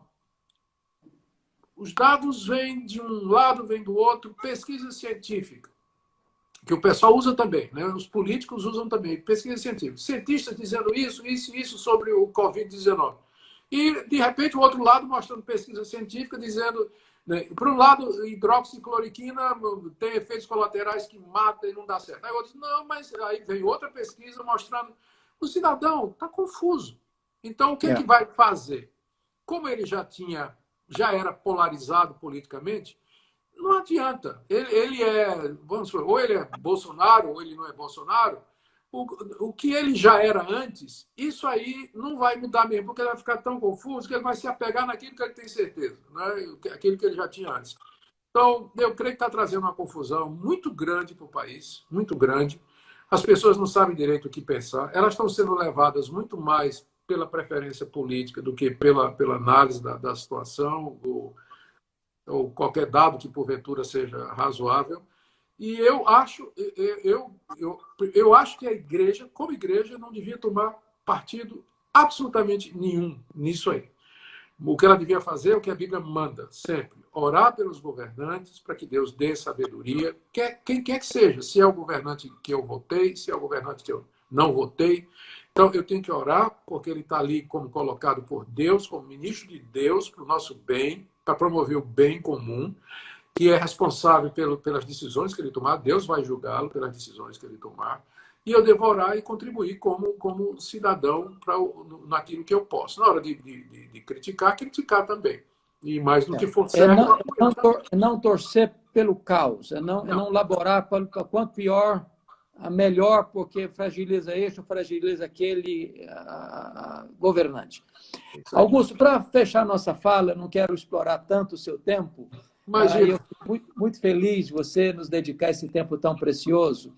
os dados vêm de um lado, vêm do outro, pesquisa científica, que o pessoal usa também, né? Os políticos usam também, pesquisa científica. Cientistas dizendo isso, isso e isso sobre o covid dezenove. E, de repente, o outro lado mostrando pesquisa científica dizendo, né, por um lado, hidroxicloroquina tem efeitos colaterais que matam e não dá certo. Aí outros, não, mas aí vem outra pesquisa mostrando. O cidadão está confuso. Então, o que, é. que vai fazer? Como ele já tinha, já era polarizado politicamente, não adianta. Ele, ele é, vamos supor, ou ele é Bolsonaro, ou ele não é Bolsonaro. O, o que ele já era antes, isso aí não vai mudar mesmo, porque ele vai ficar tão confuso que ele vai se apegar naquilo que ele tem certeza, né? Aquilo que ele já tinha antes. Então, eu creio que está trazendo uma confusão muito grande para o país, muito grande. As pessoas não sabem direito o que pensar. Elas estão sendo levadas muito mais pela preferência política do que pela, pela análise da, da situação ou, ou qualquer dado que, porventura, seja razoável. E eu acho, eu, eu, eu acho que a igreja, como igreja, não devia tomar partido absolutamente nenhum nisso aí. O que ela devia fazer é o que a Bíblia manda, sempre. Orar pelos governantes para que Deus dê sabedoria, quer, quem quer que seja. Se é o governante que eu votei, se é o governante que eu não votei. Então, eu tenho que orar, porque ele está ali como colocado por Deus, como ministro de Deus, para o nosso bem, para promover o bem comum, que é responsável pelo, pelas decisões que ele tomar, Deus vai julgá-lo pelas decisões que ele tomar, e eu devo orar e contribuir como, como cidadão pra, naquilo que eu posso. Na hora de, de, de criticar, criticar também. E mais do que for certo... É não, é não, tor é não torcer pelo caos, é não, não. É não laborar para quanto pior, a melhor, porque fragiliza este ou fragiliza aquele a, a governante. Augusto, para fechar nossa fala, eu não quero explorar tanto o seu tempo, mas eu fico muito, muito feliz de você nos dedicar esse tempo tão precioso.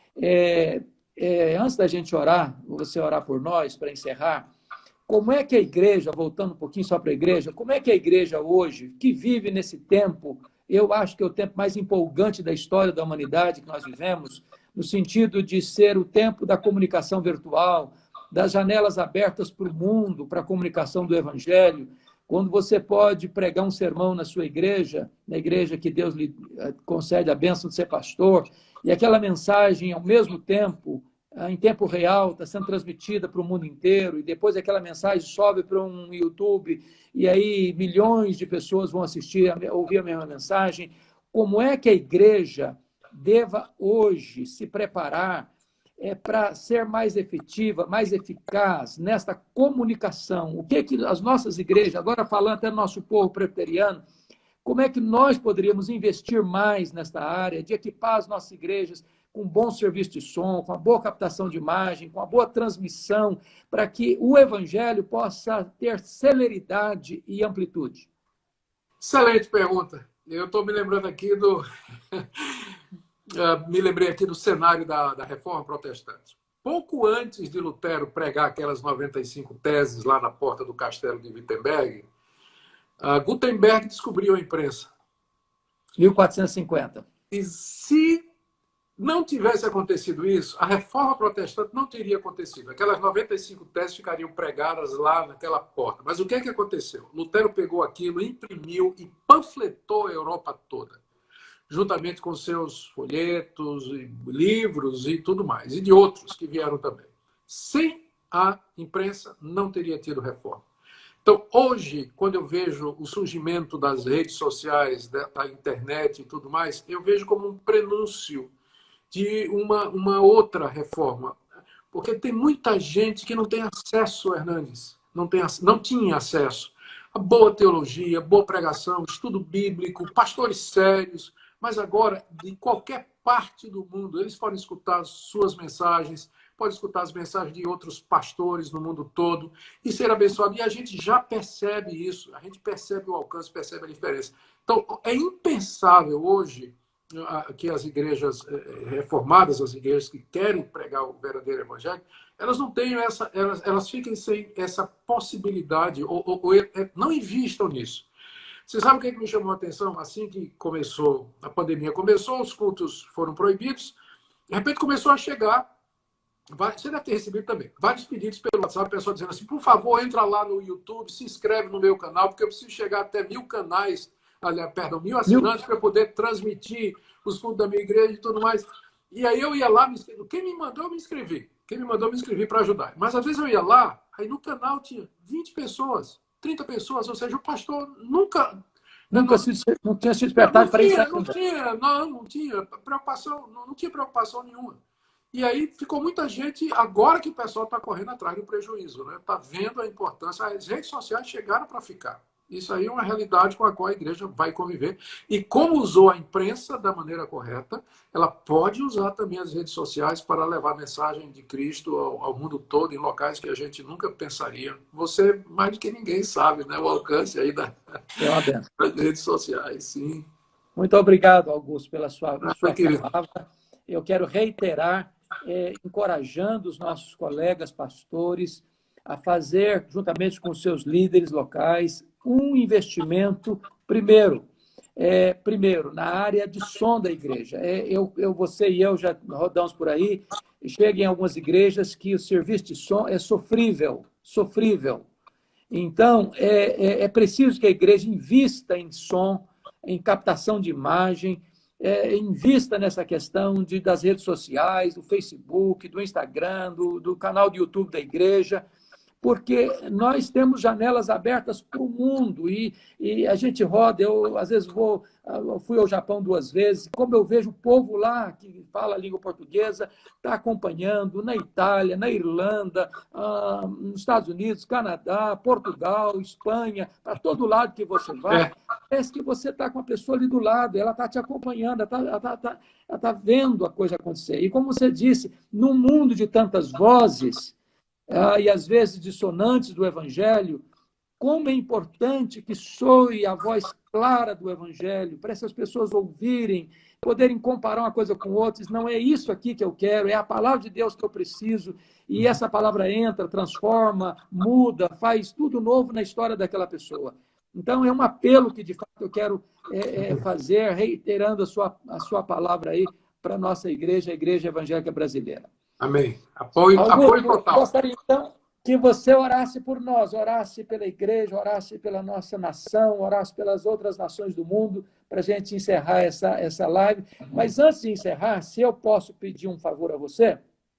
É, é, antes da gente orar, você orar por nós, para encerrar, como é que a igreja, voltando um pouquinho só para a igreja, como é que a igreja hoje, que vive nesse tempo, eu acho que é o tempo mais empolgante da história da humanidade que nós vivemos, no sentido de ser o tempo da comunicação virtual, das janelas abertas para o mundo, para a comunicação do evangelho, quando você pode pregar um sermão na sua igreja, na igreja que Deus lhe concede a bênção de ser pastor, e aquela mensagem, ao mesmo tempo, em tempo real, está sendo transmitida para o mundo inteiro, e depois aquela mensagem sobe para um YouTube, e aí milhões de pessoas vão assistir, ouvir a mesma mensagem. Como é que a igreja deva hoje se preparar é, para ser mais efetiva, mais eficaz nesta comunicação? O que é que as nossas igrejas, agora falando até do nosso povo presbiteriano, como é que nós poderíamos investir mais nesta área, de equipar as nossas igrejas com bom serviço de som, com a boa captação de imagem, com a boa transmissão, para que o evangelho possa ter celeridade e amplitude? Excelente pergunta. Eu estou me lembrando aqui do... me lembrei aqui do cenário da, da Reforma Protestante. Pouco antes de Lutero pregar aquelas noventa e cinco teses lá na porta do castelo de Wittenberg, uh, Gutenberg descobriu a imprensa. mil quatrocentos e cinquenta. E se não tivesse acontecido isso, a Reforma Protestante não teria acontecido. Aquelas noventa e cinco teses ficariam pregadas lá naquela porta. Mas o que é que aconteceu? Lutero pegou aquilo, imprimiu e panfletou a Europa toda, juntamente com seus folhetos, e livros e tudo mais, e de outros que vieram também. Sem a imprensa, não teria tido reforma. Então, hoje, quando eu vejo o surgimento das redes sociais, da internet e tudo mais, eu vejo como um prenúncio de uma, uma outra reforma. Porque tem muita gente que não tem acesso, Hernandes, não, tem, não tinha acesso a boa teologia, boa pregação, estudo bíblico, pastores sérios, mas agora, de qualquer parte do mundo, eles podem escutar as suas mensagens, podem escutar as mensagens de outros pastores no mundo todo e ser abençoado. E a gente já percebe isso, a gente percebe o alcance, percebe a diferença. Então, é impensável hoje que as igrejas reformadas, as igrejas que querem pregar o verdadeiro evangelho, elas não tenham essa, elas, elas fiquem sem essa possibilidade, ou, ou, ou não invistam nisso. Você sabe o que me chamou a atenção? Assim que começou, a pandemia começou, os cultos foram proibidos, de repente começou a chegar, você deve ter recebido também, vários pedidos pelo WhatsApp, pessoal dizendo assim, por favor, entra lá no YouTube, se inscreve no meu canal, porque eu preciso chegar até mil canais, aliás, perdão, mil assinantes para poder transmitir os cultos da minha igreja e tudo mais. E aí eu ia lá, me inscrevi. Quem me mandou, eu me inscrevi. Quem me mandou, eu me inscrevi para ajudar. Mas às vezes eu ia lá, aí no canal tinha vinte pessoas, trinta pessoas, ou seja, o pastor nunca... Nunca não, se, não tinha se despertado para isso. Não tinha, não, não tinha preocupação, não, não tinha preocupação nenhuma. E aí ficou muita gente, agora que o pessoal está correndo atrás do prejuízo, né? Está vendo a importância, as redes sociais chegaram para ficar. Isso aí é uma realidade com a qual a igreja vai conviver. E como usou a imprensa da maneira correta, ela pode usar também as redes sociais para levar a mensagem de Cristo ao, ao mundo todo, em locais que a gente nunca pensaria. Você, mais do que ninguém, sabe, né? O alcance aí da, das redes sociais, sim. Muito obrigado, Augusto, pela sua, ah, sua palavra. Eu quero reiterar, é, encorajando os nossos colegas pastores a fazer, juntamente com os seus líderes locais, um investimento, primeiro, é, primeiro na área de som da igreja. É, eu, eu, você e eu já rodamos por aí, chega em algumas igrejas que o serviço de som é sofrível, sofrível. Então, é, é, é preciso que a igreja invista em som, em captação de imagem, é, invista nessa questão de, das redes sociais, do Facebook, do Instagram, do, do canal do YouTube da igreja, porque nós temos janelas abertas para o mundo e, e a gente roda, eu às vezes vou, eu fui ao Japão duas vezes, como eu vejo o povo lá que fala a língua portuguesa, está acompanhando na Itália, na Irlanda, ah, nos Estados Unidos, Canadá, Portugal, Espanha, para todo lado que você vai, é. Parece que você está com a pessoa ali do lado, ela está te acompanhando, ela está tá, tá, tá vendo a coisa acontecer. E como você disse, num mundo de tantas vozes, Ah, e às vezes dissonantes do Evangelho, como é importante que soe a voz clara do Evangelho, para essas pessoas ouvirem, poderem comparar uma coisa com outra, não é isso aqui que eu quero, é a palavra de Deus que eu preciso, e essa palavra entra, transforma, muda, faz tudo novo na história daquela pessoa. Então, é um apelo que, de fato, eu quero é, é, fazer, reiterando a sua, a sua palavra aí para a nossa igreja, a Igreja Evangélica Brasileira. Amém. Apoio, Augusto, apoio total. Gostaria, então, que você orasse por nós, orasse pela igreja, orasse pela nossa nação, orasse pelas outras nações do mundo, para a gente encerrar essa, essa live. Mas antes de encerrar, se eu posso pedir um favor a você,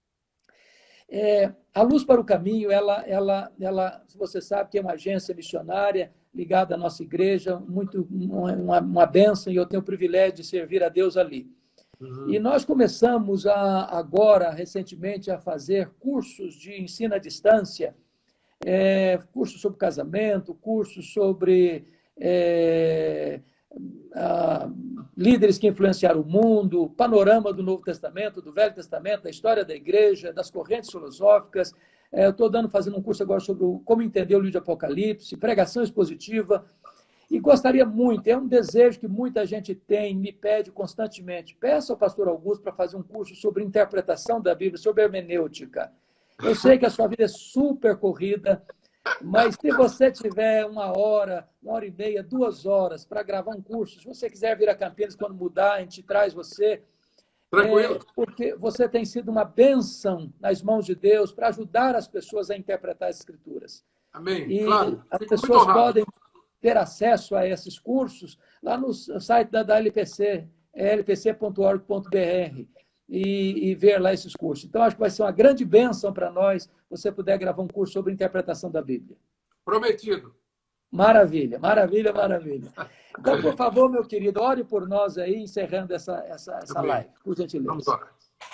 é, a Luz para o Caminho, ela, ela, ela, você sabe que é uma agência missionária ligada à nossa igreja, muito, uma, uma bênção, e eu tenho o privilégio de servir a Deus ali. Uhum. E nós começamos a, agora, recentemente, a fazer cursos de ensino à distância, é, cursos sobre casamento, cursos sobre é, a, líderes que influenciaram o mundo, panorama do Novo Testamento, do Velho Testamento, da história da igreja, das correntes filosóficas. Eu estou dando, fazendo um curso agora sobre o, como entender o livro de Apocalipse, pregação expositiva. E gostaria muito, é um desejo que muita gente tem, me pede constantemente. Peça ao pastor Augusto para fazer um curso sobre interpretação da Bíblia, sobre hermenêutica. Eu sei que a sua vida é super corrida, mas se você tiver uma hora, uma hora e meia, duas horas para gravar um curso, se você quiser vir a Campinas quando mudar, a gente traz você. Tranquilo. É, porque você tem sido uma bênção nas mãos de Deus para ajudar as pessoas a interpretar as Escrituras. Amém. E Claro. as pessoas podem ter acesso a esses cursos lá no site da, da L P C, l p c ponto org ponto b r, e, e ver lá esses cursos. Então, acho que vai ser uma grande bênção para nós você puder gravar um curso sobre interpretação da Bíblia. Prometido. Maravilha, maravilha, maravilha. Então, por favor, meu querido, ore por nós aí, encerrando essa, essa, essa live, por gentileza. Vamos orar.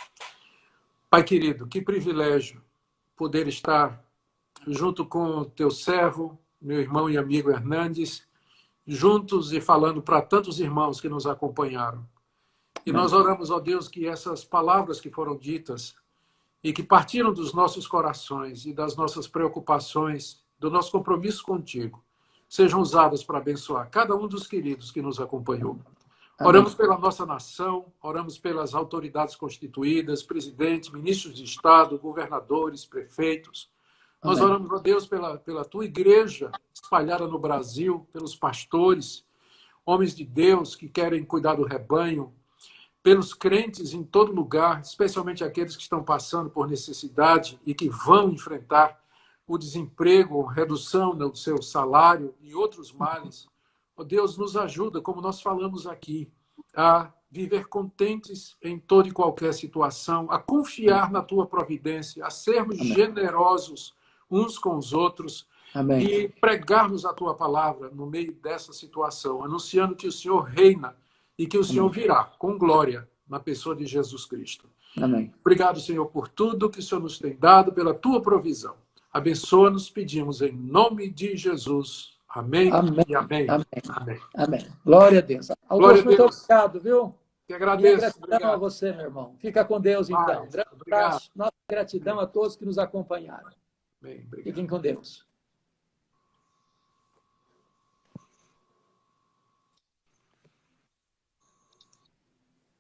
Pai querido, que privilégio poder estar junto com o teu servo, meu irmão e amigo Hernandes, juntos e falando para tantos irmãos que nos acompanharam. E Amém. Nós oramos, ó Deus, que essas palavras que foram ditas e que partiram dos nossos corações e das nossas preocupações, do nosso compromisso contigo, sejam usadas para abençoar cada um dos queridos que nos acompanhou. Amém. Oramos pela nossa nação, oramos pelas autoridades constituídas, presidentes, ministros de Estado, governadores, prefeitos. Nós Amém. Oramos, ó Deus, pela, pela tua igreja espalhada no Brasil, pelos pastores, homens de Deus que querem cuidar do rebanho, pelos crentes em todo lugar, especialmente aqueles que estão passando por necessidade e que vão enfrentar o desemprego, redução do seu salário e outros males. Ó Deus, nos ajuda, como nós falamos aqui, a viver contentes em toda e qualquer situação, a confiar na tua providência, a sermos Amém. Generosos uns com os outros Amém. E pregarmos a tua palavra no meio dessa situação, anunciando que o Senhor reina e que o Senhor Amém. Virá com glória na pessoa de Jesus Cristo. Amém. Obrigado, Senhor, por tudo que o Senhor nos tem dado, pela tua provisão. Abençoa-nos, pedimos em nome de Jesus. Amém, amém. E amém. Amém. Amém. Amém. Glória a Deus. Augusto, muito Deus. Obrigado, viu? Que agradeço. E gratidão obrigado. A você, meu irmão. Fica com Deus, então. Vai, Grande abraço. Nossa gratidão amém. A todos que nos acompanharam. Bem, Fiquem com Deus.